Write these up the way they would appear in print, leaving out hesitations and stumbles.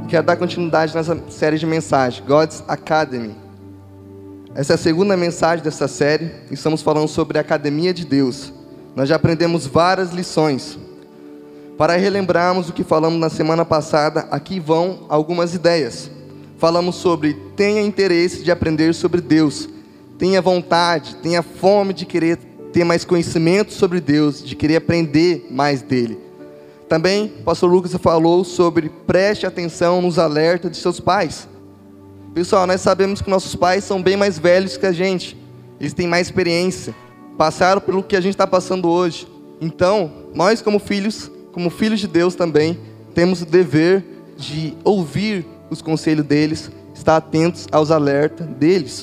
Quero dar continuidade nessa série de mensagens, God's Academy. Essa é a segunda mensagem dessa série. Estamos falando sobre a Academia de Deus. Nós já aprendemos várias lições. Para relembrarmos o que falamos na semana passada, aqui vão algumas ideias. Falamos sobre tenha interesse de aprender sobre Deus. Tenha vontade, tenha fome de querer ter mais conhecimento sobre Deus, de querer aprender mais dele. Também o pastor Lucas falou sobre preste atenção nos alertas de seus pais. Pessoal, nós sabemos que nossos pais são bem mais velhos que a gente. Eles têm mais experiência, passaram pelo que a gente está passando hoje. Então, nós como filhos de Deus também, temos o dever de ouvir os conselhos deles, estar atentos aos alertas deles.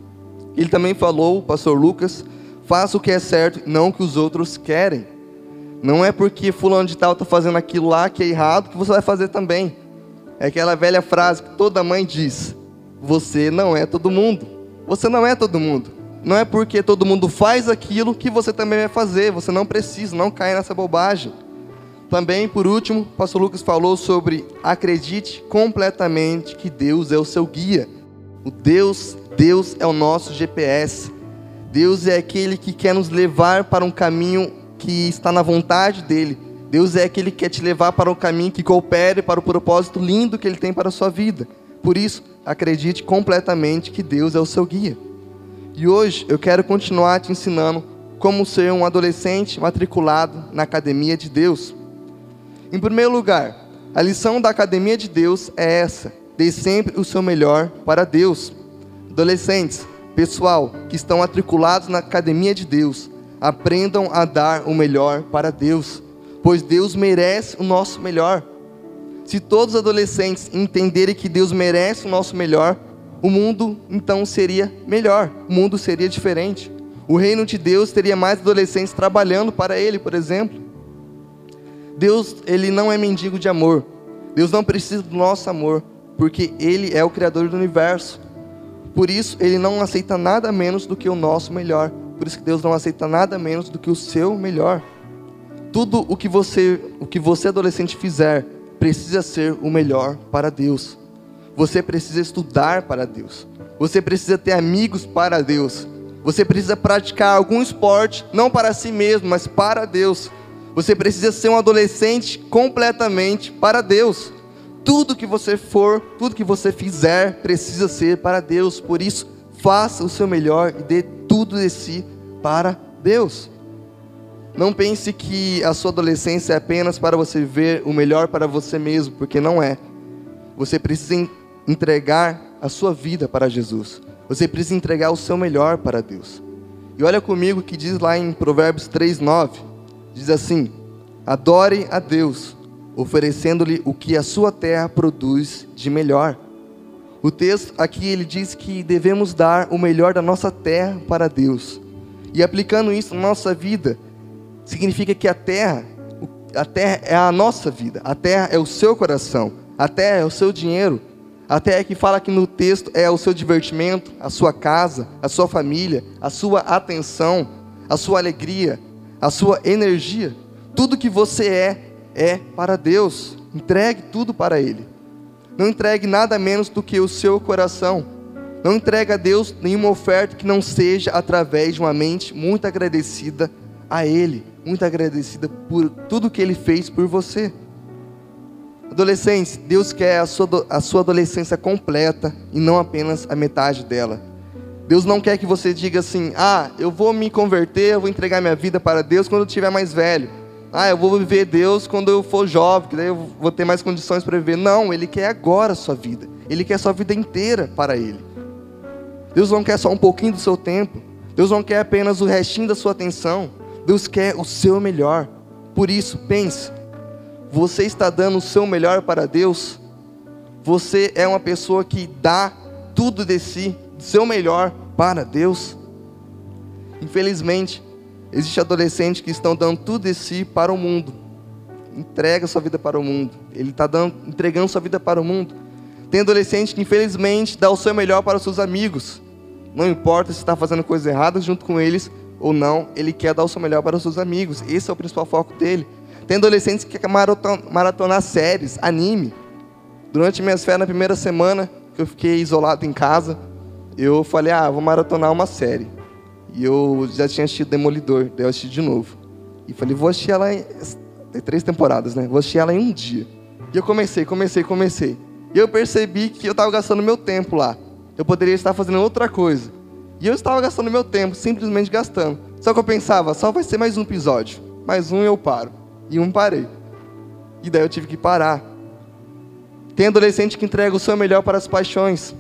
Ele também falou, o pastor Lucas, faça o que é certo, não o que os outros querem. Não é porque fulano de tal está fazendo aquilo lá que é errado, que você vai fazer também. É aquela velha frase que toda mãe diz, você não é todo mundo. Você não é todo mundo. Não é porque todo mundo faz aquilo que você também vai fazer. Você não precisa, não caia nessa bobagem. Também, por último, o pastor Lucas falou sobre acredite completamente que Deus é o seu guia. Deus é o nosso GPS. Deus é aquele que quer nos levar para um caminho que está na vontade dele. Deus é aquele que quer te levar para um caminho que coopere para o propósito lindo que ele tem para a sua vida. Por isso, acredite completamente que Deus é o seu guia. E hoje eu quero continuar te ensinando como ser um adolescente matriculado na Academia de Deus. Em primeiro lugar, a lição da Academia de Deus é essa: dê sempre o seu melhor para Deus. Adolescentes, pessoal que estão matriculados na Academia de Deus, aprendam a dar o melhor para Deus, pois Deus merece o nosso melhor. Se todos os adolescentes entenderem que Deus merece o nosso melhor, o mundo então seria melhor, o mundo seria diferente. O reino de Deus teria mais adolescentes trabalhando para Ele, por exemplo. Deus, Ele não é mendigo de amor. Deus não precisa do nosso amor, porque Ele é o Criador do universo. Por isso, Ele não aceita nada menos do que o nosso melhor. Por isso que Deus não aceita nada menos do que o seu melhor. Tudo o que você adolescente fizer, precisa ser o melhor para Deus. Você precisa estudar para Deus. Você precisa ter amigos para Deus. Você precisa praticar algum esporte, não para si mesmo, mas para Deus. Você precisa ser um adolescente completamente para Deus. Tudo que você for, tudo que você fizer, precisa ser para Deus. Por isso, faça o seu melhor e dê tudo de si para Deus. Não pense que a sua adolescência é apenas para você ver o melhor para você mesmo, porque não é. Você precisa entregar a sua vida para Jesus. Você precisa entregar o seu melhor para Deus. E olha comigo o que diz lá em Provérbios 3:9. Diz assim: adore a Deus, oferecendo-lhe o que a sua terra produz de melhor. O texto aqui ele diz que devemos dar o melhor da nossa terra para Deus. E aplicando isso na nossa vida, significa que a terra é a nossa vida. A terra é o seu coração. A terra é o seu dinheiro. A terra que fala aqui no texto é o seu divertimento, a sua casa, a sua família, a sua atenção, a sua alegria, a sua energia. Tudo que você é para Deus. Entregue tudo para Ele. Não entregue nada menos do que o seu coração. Não entregue a Deus nenhuma oferta que não seja através de uma mente muito agradecida a Ele. Muito agradecida por tudo que Ele fez por você. Adolescentes, Deus quer a sua adolescência completa e não apenas a metade dela. Deus não quer que você diga assim: eu vou me converter, eu vou entregar minha vida para Deus quando eu estiver mais velho. Eu vou viver Deus quando eu for jovem, que daí eu vou ter mais condições para viver. Não, Ele quer agora a sua vida. Ele quer a sua vida inteira para Ele. Deus não quer só um pouquinho do seu tempo. Deus não quer apenas o restinho da sua atenção. Deus quer o seu melhor. Por isso, pense, você está dando o seu melhor para Deus? Você é uma pessoa que dá tudo de si, o seu melhor para Deus? Infelizmente, existem adolescentes que estão dando tudo de si para o mundo. Entrega sua vida para o mundo. Ele está entregando sua vida para o mundo. Tem adolescente que infelizmente dá o seu melhor para os seus amigos. Não importa se está fazendo coisas erradas junto com eles ou não, ele quer dar o seu melhor para os seus amigos. Esse é o principal foco dele. Tem adolescentes que querem maratonar séries, anime. Durante minhas férias, na primeira semana que eu fiquei isolado em casa, eu falei, vou maratonar uma série. E eu já tinha assistido Demolidor, daí eu assisti de novo. E falei, vou assistir ela tem 3 temporadas, né? Vou assistir ela em um dia. E eu comecei. E eu percebi que eu estava gastando meu tempo lá. Eu poderia estar fazendo outra coisa. E eu estava gastando meu tempo, simplesmente gastando. Só que eu pensava, só vai ser mais um episódio. Mais um e eu paro. E parei. E daí eu tive que parar. Tem adolescente que entrega o seu melhor para as paixões.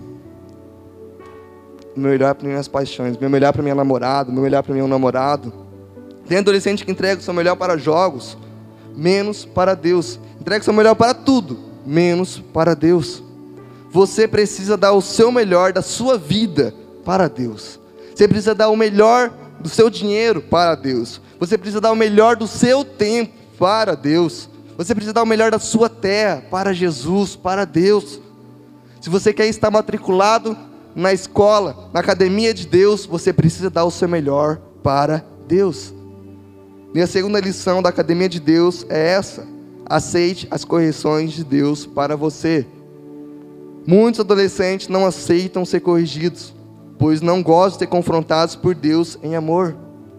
O meu melhor para minhas paixões. Meu melhor para minha namorada. Meu melhor para meu namorado. Tem adolescente que entrega o seu melhor para jogos. Menos para Deus. Entrega o seu melhor para tudo. Menos para Deus. Você precisa dar o seu melhor da sua vida para Deus. Você precisa dar o melhor do seu dinheiro para Deus. Você precisa dar o melhor do seu tempo para Deus. Você precisa dar o melhor da sua terra para Jesus, para Deus. Se você quer estar matriculado na escola, na academia de Deus, você precisa dar o seu melhor para Deus. E a segunda lição da academia de Deus é essa: aceite as correções de Deus para você. Muitos adolescentes não aceitam ser corrigidos, pois não gostam de ser confrontados por Deus em amor.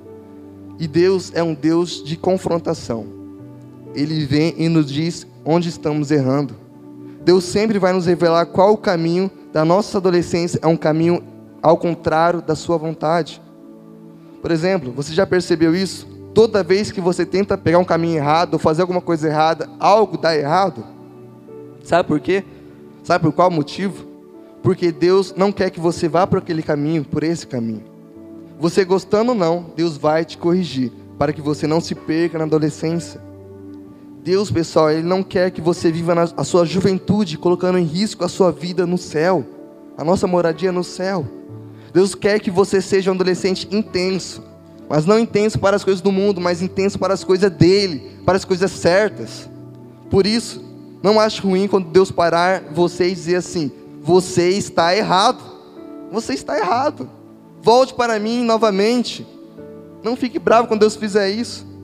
E Deus é um Deus de confrontação. Ele vem e nos diz onde estamos errando. Deus sempre vai nos revelar qual o caminho da nossa adolescência é um caminho ao contrário da sua vontade. Por exemplo, você já percebeu isso? Toda vez que você tenta pegar um caminho errado ou fazer alguma coisa errada, algo dá errado. Sabe por quê? Sabe por qual motivo? Porque Deus não quer que você vá por aquele caminho, por esse caminho. Você gostando ou não, Deus vai te corrigir, para que você não se perca na adolescência. Deus, pessoal, Ele não quer que você viva a sua juventude, colocando em risco a sua vida no céu, a nossa moradia no céu. Deus quer que você seja um adolescente intenso, mas não intenso para as coisas do mundo, mas intenso para as coisas dEle, para as coisas certas. Por isso, não ache ruim quando Deus parar você e dizer assim: você está errado, você está errado, volte para mim novamente. Não fique bravo quando Deus fizer isso.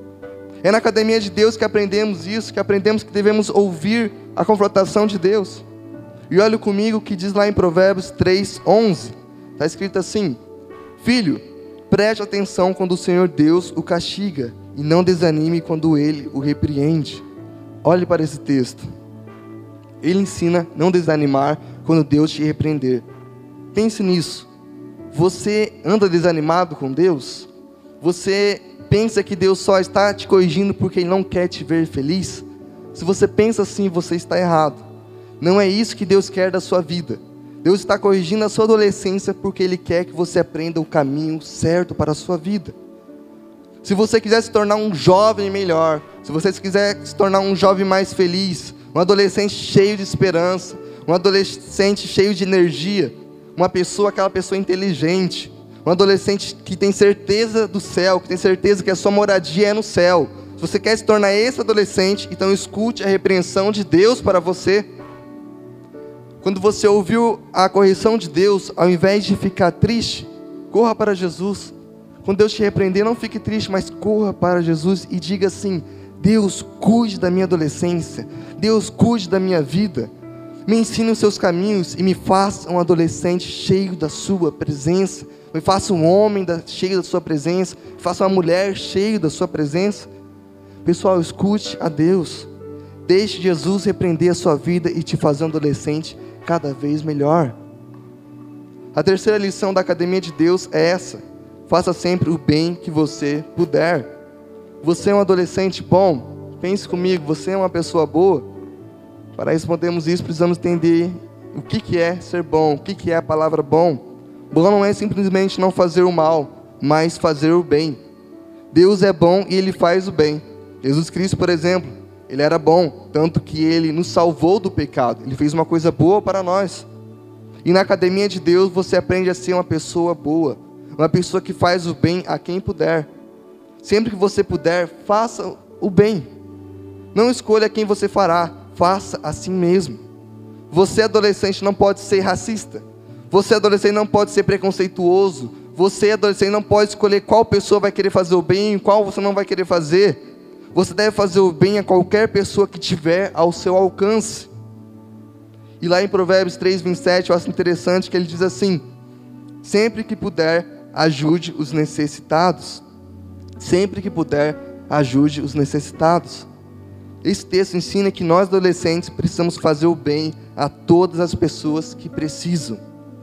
É na academia de Deus que aprendemos isso, que aprendemos que devemos ouvir a confrontação de Deus. E olha comigo o que diz lá em Provérbios 3:11. Está escrito assim: filho, preste atenção quando o Senhor Deus o castiga, e não desanime quando Ele o repreende. Olhe para esse texto. Ele ensina a não desanimar quando Deus te repreender. Pense nisso. Você anda desanimado com Deus? Você pensa que Deus só está te corrigindo porque Ele não quer te ver feliz? Se você pensa assim, você está errado. Não é isso que Deus quer da sua vida. Deus está corrigindo a sua adolescência porque Ele quer que você aprenda o caminho certo para a sua vida. Se você quiser se tornar um jovem melhor, se você quiser se tornar um jovem mais feliz, um adolescente cheio de esperança, um adolescente cheio de energia, aquela pessoa inteligente, um adolescente que tem certeza do céu, que tem certeza que a sua moradia é no céu. Se você quer se tornar esse adolescente, então escute a repreensão de Deus para você. Quando você ouviu a correção de Deus, ao invés de ficar triste, corra para Jesus. Quando Deus te repreender, não fique triste, mas corra para Jesus e diga assim: Deus, cuide da minha adolescência, Deus, cuide da minha vida. Me ensine os seus caminhos e me faça um adolescente cheio da sua presença. Me faça um homem cheio da sua presença. Me faça uma mulher cheia da sua presença. Pessoal, escute a Deus. Deixe Jesus repreender a sua vida e te fazer um adolescente cada vez melhor. A terceira lição da academia de Deus é essa: faça sempre o bem que você puder. Você é um adolescente bom? Pense comigo, você é uma pessoa boa? Para respondermos isso, precisamos entender o que é ser bom, o que é a palavra bom. Bom não é simplesmente não fazer o mal, mas fazer o bem. Deus é bom e Ele faz o bem. Jesus Cristo, por exemplo, Ele era bom, tanto que Ele nos salvou do pecado. Ele fez uma coisa boa para nós. E na academia de Deus você aprende a ser uma pessoa boa, uma pessoa que faz o bem a quem puder. Sempre que você puder, faça o bem. Não escolha quem você fará, faça assim mesmo. Você adolescente não pode ser racista. Você adolescente não pode ser preconceituoso. Você adolescente não pode escolher qual pessoa vai querer fazer o bem e qual você não vai querer fazer. Você deve fazer o bem a qualquer pessoa que tiver ao seu alcance. E lá em Provérbios 3:27, eu acho interessante que ele diz assim: sempre que puder, ajude os necessitados. Sempre que puder, ajude os necessitados. Esse texto ensina que nós adolescentes precisamos fazer o bem a todas as pessoas que precisam.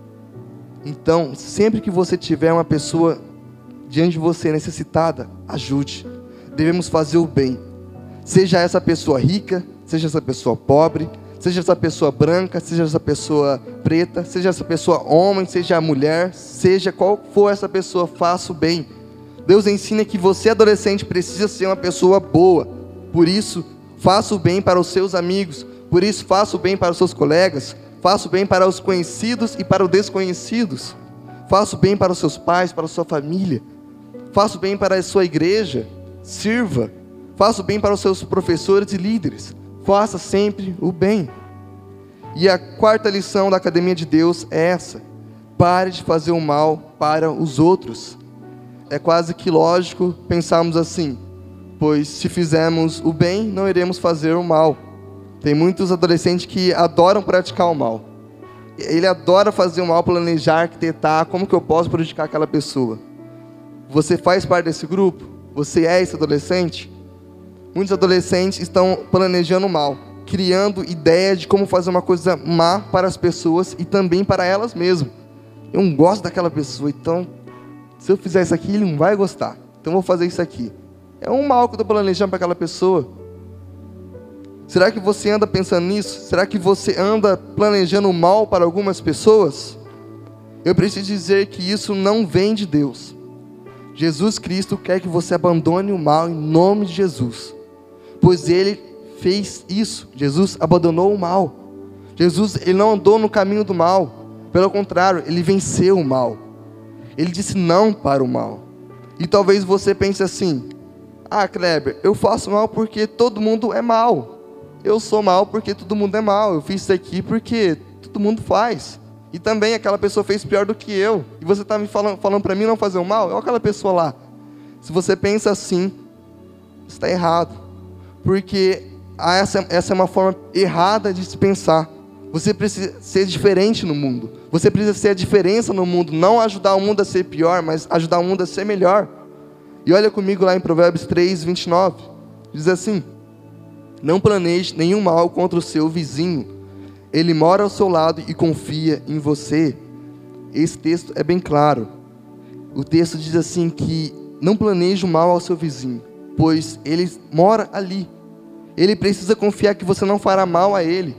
Então, sempre que você tiver uma pessoa diante de você necessitada, ajude. Devemos fazer o bem. Seja essa pessoa rica, seja essa pessoa pobre, seja essa pessoa branca, seja essa pessoa preta, seja essa pessoa homem, seja a mulher, seja qual for essa pessoa, faça o bem. Deus ensina que você, adolescente, precisa ser uma pessoa boa. Por isso, faça o bem para os seus amigos. Por isso, faça o bem para os seus colegas. Faça o bem para os conhecidos e para os desconhecidos. Faça o bem para os seus pais, para a sua família. Faça o bem para a sua igreja. Sirva. Faça o bem para os seus professores e líderes. Faça sempre o bem. E a quarta lição da Academia de Deus é essa: pare de fazer o mal para os outros. É quase que lógico pensarmos assim, pois se fizermos o bem, não iremos fazer o mal. Tem muitos adolescentes que adoram praticar o mal. Ele adora fazer o mal, planejar, arquitetar, como que eu posso prejudicar aquela pessoa. Você faz parte desse grupo? Você é esse adolescente? Muitos adolescentes estão planejando o mal, criando ideias de como fazer uma coisa má para as pessoas e também para elas mesmas. Eu não gosto daquela pessoa, então se eu fizer isso aqui, ele não vai gostar. Então eu vou fazer isso aqui. É um mal que eu estou planejando para aquela pessoa. Será que você anda pensando nisso? Será que você anda planejando o mal para algumas pessoas? Eu preciso dizer que isso não vem de Deus. Jesus Cristo quer que você abandone o mal em nome de Jesus. Pois Ele fez isso. Jesus abandonou o mal. Jesus, Ele não andou no caminho do mal. Pelo contrário, Ele venceu o mal. Ele disse não para o mal. E talvez você pense assim: ah, Kleber, eu faço mal porque todo mundo é mal. Eu sou mal porque todo mundo é mal. Eu fiz isso aqui porque todo mundo faz. E também aquela pessoa fez pior do que eu. E você está me falando para mim não fazer o mal? Olha aquela pessoa lá. Se você pensa assim, está errado. Porque essa é uma forma errada de se pensar. Você precisa ser diferente no mundo. Você precisa ser a diferença no mundo. Não ajudar o mundo a ser pior, mas ajudar o mundo a ser melhor. E olha comigo lá em Provérbios 3:29. Diz assim: não planeje nenhum mal contra o seu vizinho. Ele mora ao seu lado e confia em você. Esse texto é bem claro. O texto diz assim que não planeje o mal ao seu vizinho, pois ele mora ali. Ele precisa confiar que você não fará mal a ele.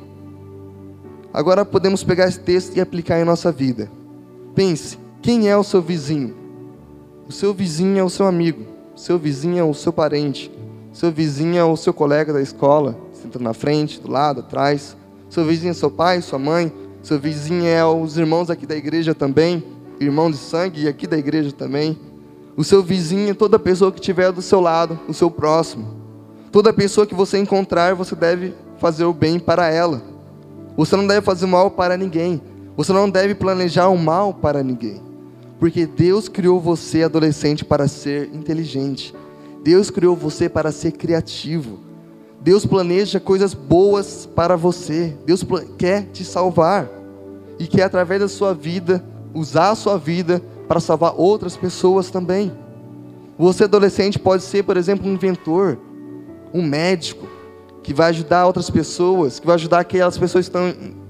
Agora podemos pegar esse texto e aplicar em nossa vida. Pense, quem é o seu vizinho? O seu vizinho é o seu amigo. O seu vizinho é o seu parente. O seu vizinho é o seu colega da escola, senta na frente, do lado, atrás. O seu vizinho é seu pai, sua mãe. O seu vizinho é os irmãos aqui da igreja também, irmão de sangue e aqui da igreja também. O seu vizinho é toda pessoa que estiver do seu lado, o seu próximo. Toda pessoa que você encontrar, você deve fazer o bem para ela. Você não deve fazer mal para ninguém. Você não deve planejar o mal para ninguém. Porque Deus criou você, adolescente, para ser inteligente. Deus criou você para ser criativo. Deus planeja coisas boas para você. Deus quer te salvar. E quer, através da sua vida, usar a sua vida para salvar outras pessoas também. Você, adolescente, pode ser, por exemplo, um inventor, um médico, que vai ajudar outras pessoas, que vai ajudar aquelas pessoas que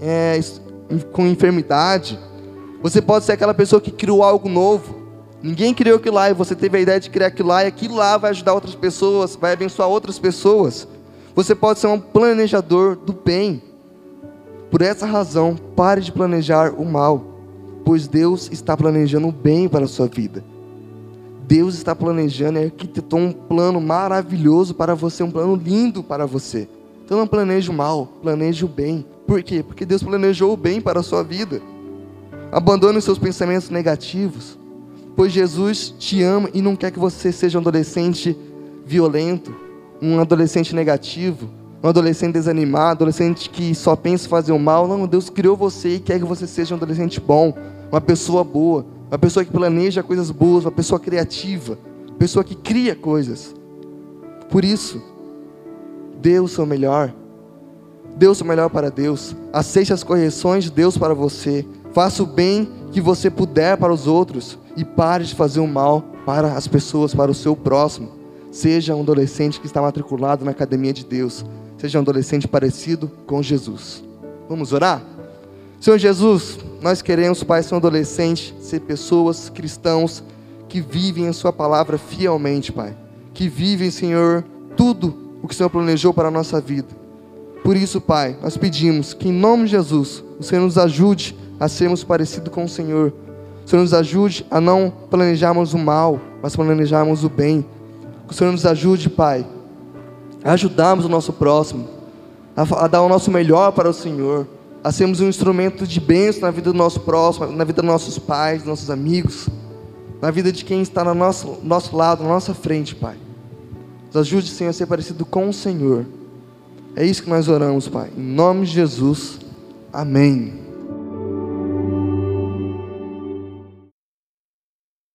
estão com enfermidade. Você pode ser aquela pessoa que criou algo novo. Ninguém criou aquilo lá e você teve a ideia de criar aquilo lá, e aquilo lá vai ajudar outras pessoas, vai abençoar outras pessoas. Você pode ser um planejador do bem. Por essa razão, pare de planejar o mal, pois Deus está planejando o bem para a sua vida. Deus está planejando e arquitetou um plano maravilhoso para você, um plano lindo para você. Então não planeje o mal, planeje o bem. Por quê? Porque Deus planejou o bem para a sua vida. Abandone os seus pensamentos negativos, pois Jesus te ama e não quer que você seja um adolescente violento, um adolescente negativo, um adolescente desanimado, um adolescente que só pensa em fazer o mal. Não, Deus criou você e quer que você seja um adolescente bom, uma pessoa boa, uma pessoa que planeja coisas boas, uma pessoa criativa, uma pessoa que cria coisas. Por isso, dê o seu melhor, Dê o seu melhor para Deus. Aceite as correções de Deus para você. Faça o bem que você puder para os outros. E pare de fazer o mal para as pessoas, para o seu próximo. Seja um adolescente que está matriculado na academia de Deus. Seja um adolescente parecido com Jesus. Vamos orar? Senhor Jesus, nós queremos, Pai, ser um adolescente, ser pessoas, cristãos, que vivem a sua palavra fielmente, Pai. Que vivem, Senhor, tudo o que o Senhor planejou para a nossa vida. Por isso, Pai, nós pedimos que em nome de Jesus, o Senhor nos ajude a sermos parecidos com o Senhor. O Senhor nos ajude a não planejarmos o mal, mas planejarmos o bem. Que o Senhor nos ajude, Pai, a ajudarmos o nosso próximo, a dar o nosso melhor para o Senhor, a sermos um instrumento de bênção na vida do nosso próximo, na vida dos nossos pais, dos nossos amigos, na vida de quem está no nosso lado, na nossa frente, Pai. Nos ajude, Senhor, a ser parecido com o Senhor. É isso que nós oramos, Pai. Em nome de Jesus. Amém.